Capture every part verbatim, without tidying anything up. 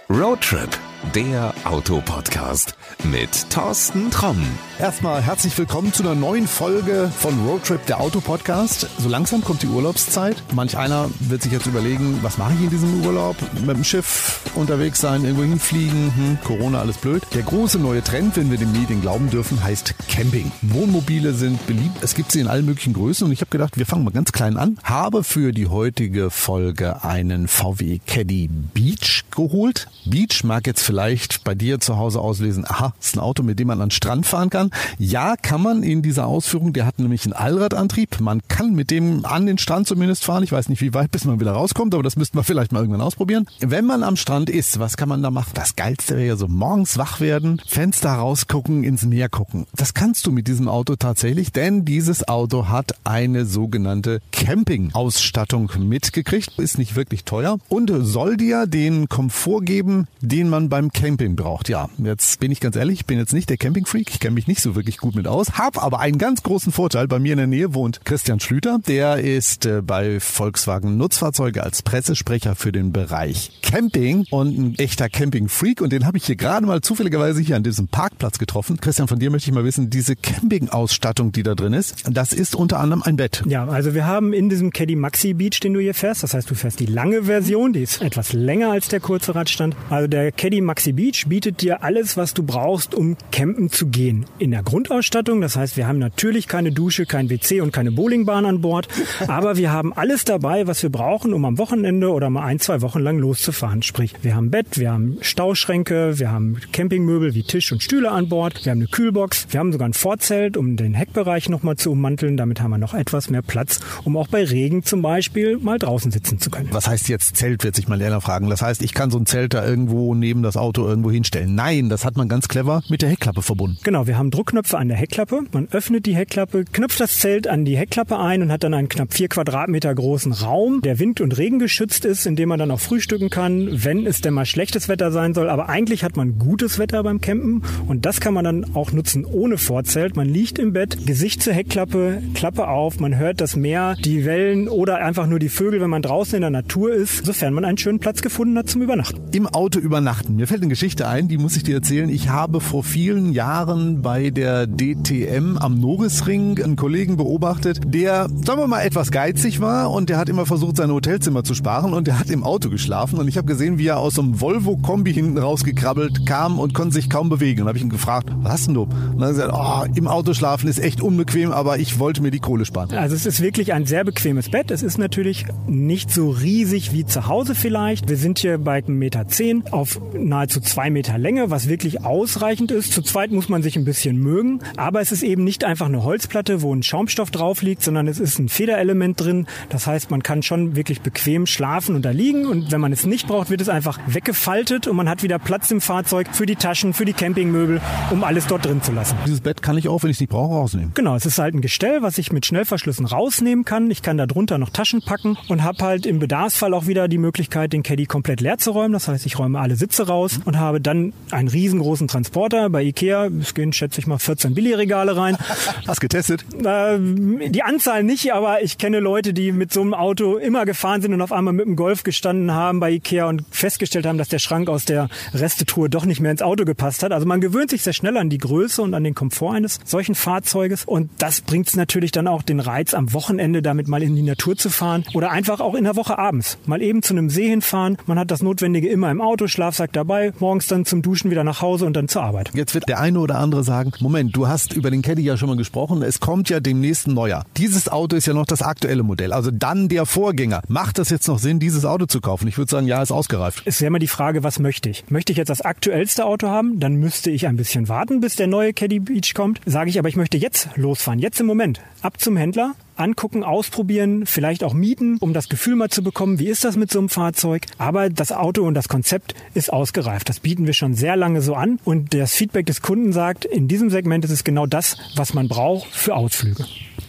Roadtrip, der Autopodcast mit Thorsten Tromm. Erstmal herzlich willkommen zu einer neuen Folge von Roadtrip, der Autopodcast. So langsam kommt die Urlaubszeit. Manch einer wird sich jetzt überlegen, was mache ich in diesem Urlaub? Mit dem Schiff unterwegs sein, irgendwo hinfliegen, hm, Corona, alles blöd. Der große neue Trend, wenn wir den Medien glauben dürfen, heißt Camping. Wohnmobile sind beliebt. Es gibt sie in allen möglichen Größen und ich habe gedacht, wir fangen mal ganz klein an. Habe für die heutige Folge einen V W Caddy Beach geholt. Beach mag jetzt vielleicht bei dir zu Hause auslesen, aha, ist ein Auto, mit dem man an den Strand fahren kann. Ja, kann man in dieser Ausführung, der hat nämlich einen Allradantrieb. Man kann mit dem an den Strand zumindest fahren. Ich weiß nicht, wie weit, bis man wieder rauskommt, aber das müssten wir vielleicht mal irgendwann ausprobieren. Wenn man am Strand ist, was kann man da machen? Das Geilste wäre ja so morgens wach werden, Fenster rausgucken, ins Meer gucken. Das kannst du mit diesem Auto tatsächlich, denn dieses Auto hat eine sogenannte Camping-Ausstattung mitgekriegt. Ist nicht wirklich teuer und soll dir den Komfort geben, den man beim Camping braucht. Ja, jetzt bin ich ganz ehrlich, ich bin jetzt nicht der Camping-Freak, ich kenne mich nicht so wirklich gut mit aus, habe aber einen ganz großen Vorteil. Bei mir in der Nähe wohnt Christian Schlüter, der ist äh, bei Volkswagen Nutzfahrzeuge als Pressesprecher für den Bereich Camping und ein echter Camping-Freak und den habe ich hier gerade mal zufälligerweise hier an diesem Parkplatz getroffen. Christian, von dir möchte ich mal wissen, diese Camping-Ausstattung, die da drin ist, das ist unter anderem ein Bett. Ja, also wir haben in diesem Caddy Maxi Beach, den du hier fährst, das heißt, du fährst die lange Version, die ist etwas länger als der kurze Radstand. Also der Caddy Maxi Beach bietet dir alles, was du brauchst, um campen zu gehen. In der Grundausstattung, das heißt, wir haben natürlich keine Dusche, kein W C und keine Bowlingbahn an Bord, aber wir haben alles dabei, was wir brauchen, um am Wochenende oder mal ein, zwei Wochen lang loszufahren. Sprich, wir haben Bett, wir haben Stauschränke, wir haben Campingmöbel wie Tisch und Stühle an Bord, wir haben eine Kühlbox, wir haben sogar ein Vorzelt, um den Heckbereich nochmal zu ummanteln. Damit haben wir noch etwas mehr Platz, um auch bei Regen zum Beispiel mal draußen sitzen zu können. Was heißt jetzt Zelt, wird sich mal einer fragen. Das heißt, ich kann so ein Zelt da irgendwo neben das Auto irgendwo hinstellen. Nein, das hat man ganz clever mit der Heckklappe verbunden. Genau, wir haben Druckknöpfe an der Heckklappe. Man öffnet die Heckklappe, knöpft das Zelt an die Heckklappe ein und hat dann einen knapp vier Quadratmeter großen Raum, der wind- und regengeschützt ist, in dem man dann auch frühstücken kann, wenn es denn mal schlechtes Wetter sein soll. Aber eigentlich hat man gutes Wetter beim Campen und das kann man dann auch nutzen ohne Vorzelt. Man liegt im Bett, Gesicht zur Heckklappe, Klappe auf, man hört das Meer, die Wellen oder einfach nur die Vögel, wenn man draußen in der Natur ist, sofern man einen schönen Platz gefunden hat zum Übernachten. Im Auto übernachten. Mir fällt eine Geschichte ein, die muss ich dir erzählen. Ich habe vor vielen Jahren bei der D T M am Norrisring einen Kollegen beobachtet, der, sagen wir mal, etwas geizig war und der hat immer versucht, sein Hotelzimmer zu sparen und der hat im Auto geschlafen und ich habe gesehen, wie er aus so einem Volvo-Kombi hinten rausgekrabbelt kam und konnte sich kaum bewegen. Und habe ich ihn gefragt, was hast denn du? Und dann hat er gesagt, oh, im Auto schlafen ist echt unbequem, aber ich wollte mir die Kohle sparen. Also es ist wirklich ein sehr bequemes Bett. Es ist natürlich nicht so riesig wie zu Hause vielleicht. Wir sind hier bei einem Meter zehn auf nahezu zwei Meter Länge, was wirklich ausreichend ist. Zu zweit muss man sich ein bisschen mögen, aber es ist eben nicht einfach eine Holzplatte, wo ein Schaumstoff drauf liegt, sondern es ist ein Federelement drin. Das heißt, man kann schon wirklich bequem schlafen und da liegen und wenn man es nicht braucht, wird es einfach weggefaltet und man hat wieder Platz im Fahrzeug für die Taschen, für die Campingmöbel, um alles dort drin zu lassen. Dieses Bett kann ich auch, wenn ich es nicht brauche, rausnehmen. Genau, es ist halt ein Gestell, was ich mit Schnellverschlüssen rausnehmen kann. Ich kann da drunter noch Taschen packen und habe halt im Bedarfsfall auch wieder die Möglichkeit, den Caddy komplett leer zu räumen. Das heißt, ich räume alle Sitze raus und habe dann einen riesengroßen Transporter. Bei Ikea, es gehen, schätze ich mal, vierzehn Billigregale rein. Hast getestet? Äh, die Anzahl nicht, aber ich kenne Leute, die mit so einem Auto immer gefahren sind und auf einmal mit dem Golf gestanden haben bei Ikea und festgestellt haben, dass der Schrank aus der Restetruhe doch nicht mehr ins Auto gepasst hat. Also man gewöhnt sich sehr schnell an die Größe und an den Komfort eines solchen Fahrzeuges und das bringt es natürlich dann auch den Reiz, am Wochenende damit mal in die Natur zu fahren oder einfach auch in der Woche abends mal eben zu einem See hinfahren. Man hat das Notwendige immer im Auto, Schlafsack dabei, morgens dann zum Duschen wieder nach Hause und dann zur Arbeit. Jetzt wird der eine oder andere sagen, Moment, du hast über den Caddy ja schon mal gesprochen, es kommt ja demnächst ein neuer. Dieses Auto ist ja noch das aktuelle Modell, also dann der Vorgänger. Macht das jetzt noch Sinn, dieses Auto zu kaufen? Ich würde sagen, ja, ist ausgereift. Es wäre immer die Frage, was möchte ich? Möchte ich jetzt das aktuellste Auto haben? Dann müsste ich ein bisschen warten, bis der neue Caddy Beach kommt. Sage ich aber, ich möchte jetzt losfahren, jetzt im Moment. Ab zum Händler, angucken, ausprobieren, vielleicht auch mieten, um das Gefühl mal zu bekommen, wie ist das mit so einem Fahrzeug. Aber das Auto und das Konzept ist ausgereift. Das bieten wir schon sehr lange so an und das Feedback des Kunden sagt, in diesem Segment ist es genau das, was man braucht für Ausflüge.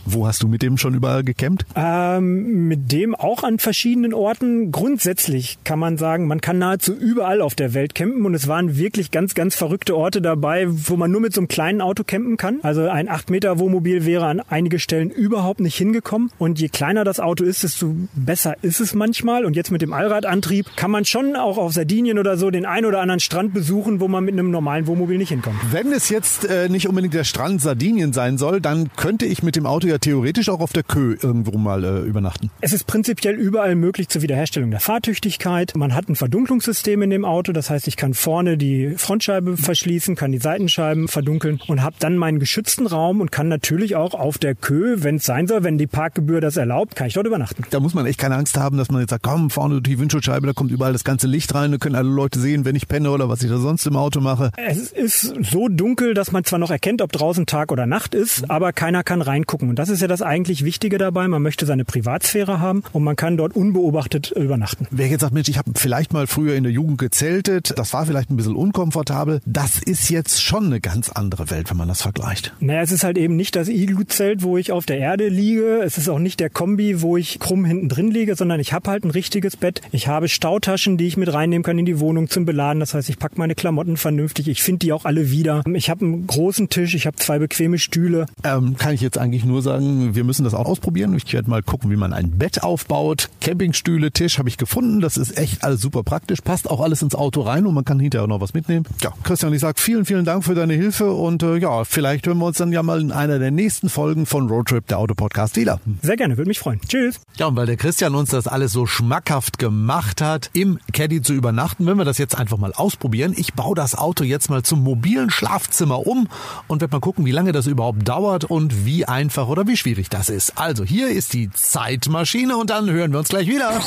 Wo hast du mit dem schon überall gecampt? Ähm, mit dem auch an verschiedenen Orten. Grundsätzlich kann man sagen, man kann nahezu überall auf der Welt campen und es waren wirklich ganz, ganz verrückte Orte dabei, wo man nur mit so einem kleinen Auto campen kann. Also ein acht Meter Wohnmobil wäre an einige Stellen überhaupt nicht hingekommen und je kleiner das Auto ist, desto besser ist es manchmal. Und jetzt mit dem Allradantrieb kann man schon auch auf Sardinien oder so den einen oder anderen Strand besuchen, wo man mit einem normalen Wohnmobil nicht hinkommt. Wenn es jetzt äh, nicht unbedingt der Strand Sardinien sein soll, dann könnte ich mit dem Auto ja theoretisch auch auf der Kö irgendwo mal äh, übernachten. Es ist prinzipiell überall möglich zur Wiederherstellung der Fahrtüchtigkeit. Man hat ein Verdunklungssystem in dem Auto, das heißt, ich kann vorne die Frontscheibe verschließen, kann die Seitenscheiben verdunkeln und habe dann meinen geschützten Raum und kann natürlich auch auf der Kö, wenn es sein soll, wenn die Parkgebühr das erlaubt, kann ich dort übernachten. Da muss man echt keine Angst haben, dass man jetzt sagt, komm, vorne die Windschutzscheibe, da kommt überall das ganze Licht rein, da können alle Leute sehen, wenn ich penne oder was ich da sonst im Auto mache. Es ist so dunkel, dass man zwar noch erkennt, ob draußen Tag oder Nacht ist, aber keiner kann reingucken. Und das ist ja das eigentlich Wichtige dabei. Man möchte seine Privatsphäre haben und man kann dort unbeobachtet übernachten. Wer jetzt sagt, Mensch, ich habe vielleicht mal früher in der Jugend gezeltet, das war vielleicht ein bisschen unkomfortabel, das ist jetzt schon eine ganz andere Welt, wenn man das vergleicht. Naja, es ist halt eben nicht das Igloo-Zelt, wo ich auf der Erde liege. Es ist auch nicht der Kombi, wo ich krumm hinten drin liege, sondern ich habe halt ein richtiges Bett. Ich habe Stautaschen, die ich mit reinnehmen kann in die Wohnung zum Beladen. Das heißt, ich packe meine Klamotten vernünftig. Ich finde die auch alle wieder. Ich habe einen großen Tisch, ich habe zwei bequeme Stühle. Ähm, kann ich jetzt eigentlich nur sagen, wir müssen das auch ausprobieren. Ich werde mal gucken, wie man ein Bett aufbaut. Campingstühle, Tisch habe ich gefunden. Das ist echt alles super praktisch. Passt auch alles ins Auto rein und man kann hinterher noch was mitnehmen. Ja, Christian, ich sage vielen, vielen Dank für deine Hilfe und äh, ja, vielleicht hören wir uns dann ja mal in einer der nächsten Folgen von Roadtrip, der Autopodcast, wieder. Sehr gerne, würde mich freuen. Tschüss. Ja, und weil der Christian uns das alles so schmackhaft gemacht hat, im Caddy zu übernachten, wenn wir das jetzt einfach mal ausprobieren. Ich baue das Auto jetzt mal zum mobilen Schlafzimmer um und werde mal gucken, wie lange das überhaupt dauert und wie einfach oder wie schwierig das ist. Also hier ist die Zeitmaschine und dann hören wir uns gleich wieder.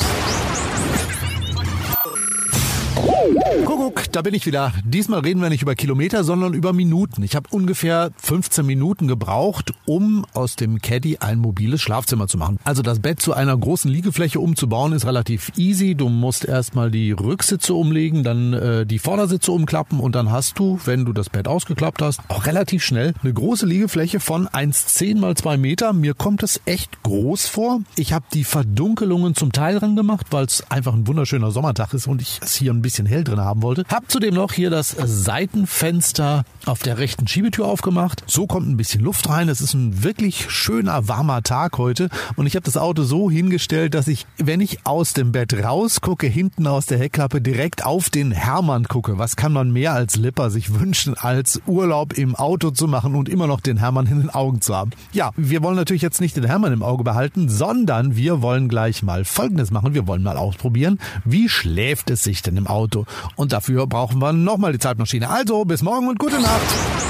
Kuckuck, da bin ich wieder. Diesmal reden wir nicht über Kilometer, sondern über Minuten. Ich habe ungefähr fünfzehn Minuten gebraucht, um aus dem Caddy ein mobiles Schlafzimmer zu machen. Also das Bett zu einer großen Liegefläche umzubauen ist relativ easy. Du musst erstmal die Rücksitze umlegen, dann äh, die Vordersitze umklappen und dann hast du, wenn du das Bett ausgeklappt hast, auch relativ schnell eine große Liegefläche von eins Komma zehn mal zwei Meter. Mir kommt es echt groß vor. Ich habe die Verdunkelungen zum Teil dran gemacht, weil es einfach ein wunderschöner Sommertag ist und ich es hier ein bisschen hell drin haben wollte. Hab zudem noch hier das Seitenfenster auf der rechten Schiebetür aufgemacht. So kommt ein bisschen Luft rein. Es ist ein wirklich schöner, warmer Tag heute und ich habe das Auto so hingestellt, dass ich, wenn ich aus dem Bett rausgucke, hinten aus der Heckklappe direkt auf den Hermann gucke. Was kann man mehr als Lipper sich wünschen, als Urlaub im Auto zu machen und immer noch den Hermann in den Augen zu haben? Ja, wir wollen natürlich jetzt nicht den Hermann im Auge behalten, sondern wir wollen gleich mal Folgendes machen. Wir wollen mal ausprobieren, wie schläft es sich denn im Auto? Und dafür brauchen wir nochmal die Zeitmaschine. Also, bis morgen und gute Nacht.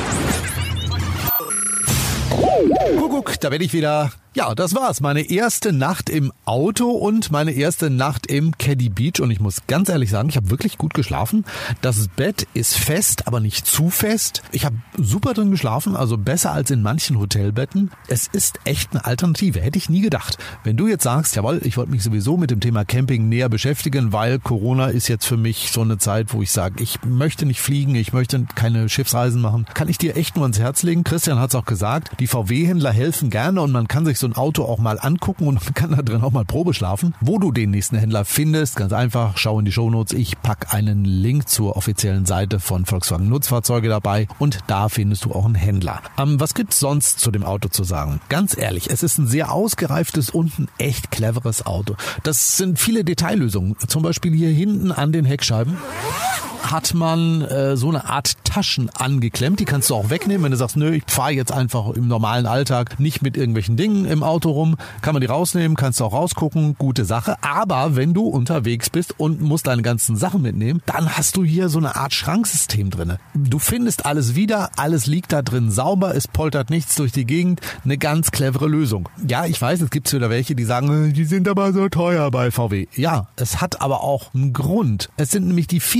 Kuckuck, da bin ich wieder. Ja, das war's. Meine erste Nacht im Auto und meine erste Nacht im Caddy Beach. Und ich muss ganz ehrlich sagen, ich habe wirklich gut geschlafen. Das Bett ist fest, aber nicht zu fest. Ich habe super drin geschlafen, also besser als in manchen Hotelbetten. Es ist echt eine Alternative. Hätte ich nie gedacht. Wenn du jetzt sagst, jawohl, ich wollte mich sowieso mit dem Thema Camping näher beschäftigen, weil Corona ist jetzt für mich so eine Zeit, wo ich sage, ich möchte nicht fliegen, ich möchte keine Schiffsreisen machen, kann ich dir echt nur ans Herz legen. Christian hat es auch gesagt, die V W-Händler helfen gerne und man kann sich so ein Auto auch mal angucken und man kann da drin auch mal Probe schlafen. Wo du den nächsten Händler findest, ganz einfach, schau in die Shownotes. Ich pack einen Link zur offiziellen Seite von Volkswagen Nutzfahrzeuge dabei und da findest du auch einen Händler. Ähm, was gibt's sonst zu dem Auto zu sagen? Ganz ehrlich, es ist ein sehr ausgereiftes und ein echt cleveres Auto. Das sind viele Detaillösungen. Zum Beispiel hier hinten an den Heckscheiben hat man äh, so eine Art Taschen angeklemmt. Die kannst du auch wegnehmen, wenn du sagst, nö, ich fahre jetzt einfach im normalen Alltag nicht mit irgendwelchen Dingen im Auto rum. Kann man die rausnehmen, kannst du auch rausgucken, gute Sache. Aber wenn du unterwegs bist und musst deine ganzen Sachen mitnehmen, dann hast du hier so eine Art Schranksystem drin. Du findest alles wieder, alles liegt da drin sauber, es poltert nichts durch die Gegend. Eine ganz clevere Lösung. Ja, ich weiß, es gibt wieder welche, die sagen, die sind aber so teuer bei V W. Ja, es hat aber auch einen Grund. Es sind nämlich die vielen Details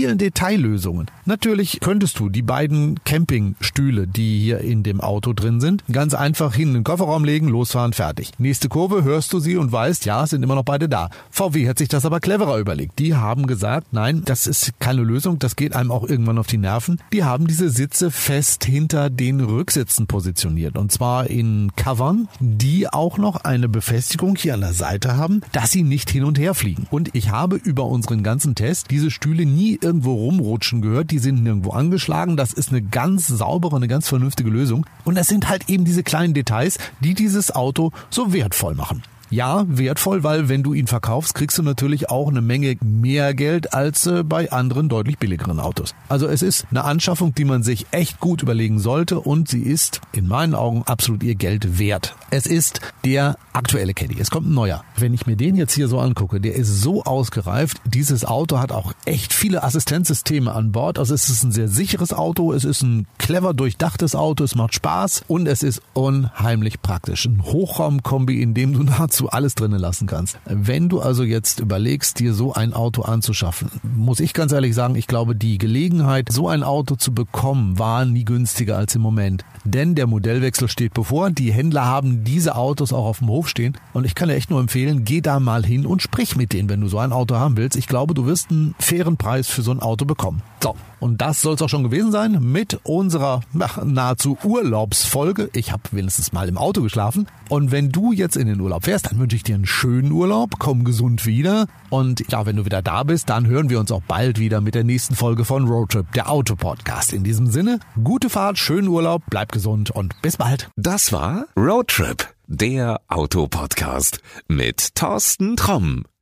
Teillösungen. Natürlich könntest du die beiden Campingstühle, die hier in dem Auto drin sind, ganz einfach hin in den Kofferraum legen, losfahren, fertig. Nächste Kurve, hörst du sie und weißt, ja, sind immer noch beide da. V W hat sich das aber cleverer überlegt. Die haben gesagt, nein, das ist keine Lösung, das geht einem auch irgendwann auf die Nerven. Die haben diese Sitze fest hinter den Rücksitzen positioniert und zwar in Covern, die auch noch eine Befestigung hier an der Seite haben, dass sie nicht hin und her fliegen. Und ich habe über unseren ganzen Test diese Stühle nie irgendwo rumrutschen gehört, die sind nirgendwo angeschlagen. Das ist eine ganz saubere, eine ganz vernünftige Lösung. Und es sind halt eben diese kleinen Details, die dieses Auto so wertvoll machen. Ja, wertvoll, weil wenn du ihn verkaufst, kriegst du natürlich auch eine Menge mehr Geld als äh, bei anderen deutlich billigeren Autos. Also es ist eine Anschaffung, die man sich echt gut überlegen sollte und sie ist in meinen Augen absolut ihr Geld wert. Es ist der aktuelle Caddy. Es kommt ein neuer. Wenn ich mir den jetzt hier so angucke, der ist so ausgereift. Dieses Auto hat auch echt viele Assistenzsysteme an Bord. Also es ist ein sehr sicheres Auto. Es ist ein clever durchdachtes Auto. Es macht Spaß und es ist unheimlich praktisch. Ein Hochraumkombi, in dem du nahezu alles drinnen lassen kannst. Wenn du also jetzt überlegst, dir so ein Auto anzuschaffen, muss ich ganz ehrlich sagen, ich glaube, die Gelegenheit, so ein Auto zu bekommen, war nie günstiger als im Moment. Denn der Modellwechsel steht bevor. Die Händler haben diese Autos auch auf dem Hof stehen. Und ich kann dir echt nur empfehlen, geh da mal hin und sprich mit denen, wenn du so ein Auto haben willst. Ich glaube, du wirst einen fairen Preis für so ein Auto bekommen. So, und das soll es auch schon gewesen sein mit unserer ach, nahezu Urlaubsfolge. Ich habe wenigstens mal im Auto geschlafen. Und wenn du jetzt in den Urlaub fährst, dann wünsche ich dir einen schönen Urlaub. Komm gesund wieder. Und ja, wenn du wieder da bist, dann hören wir uns auch bald wieder mit der nächsten Folge von Roadtrip, der Autopodcast. In diesem Sinne, gute Fahrt, schönen Urlaub, bleib gesund und bis bald. Das war Roadtrip, der Autopodcast mit Thorsten Tromm.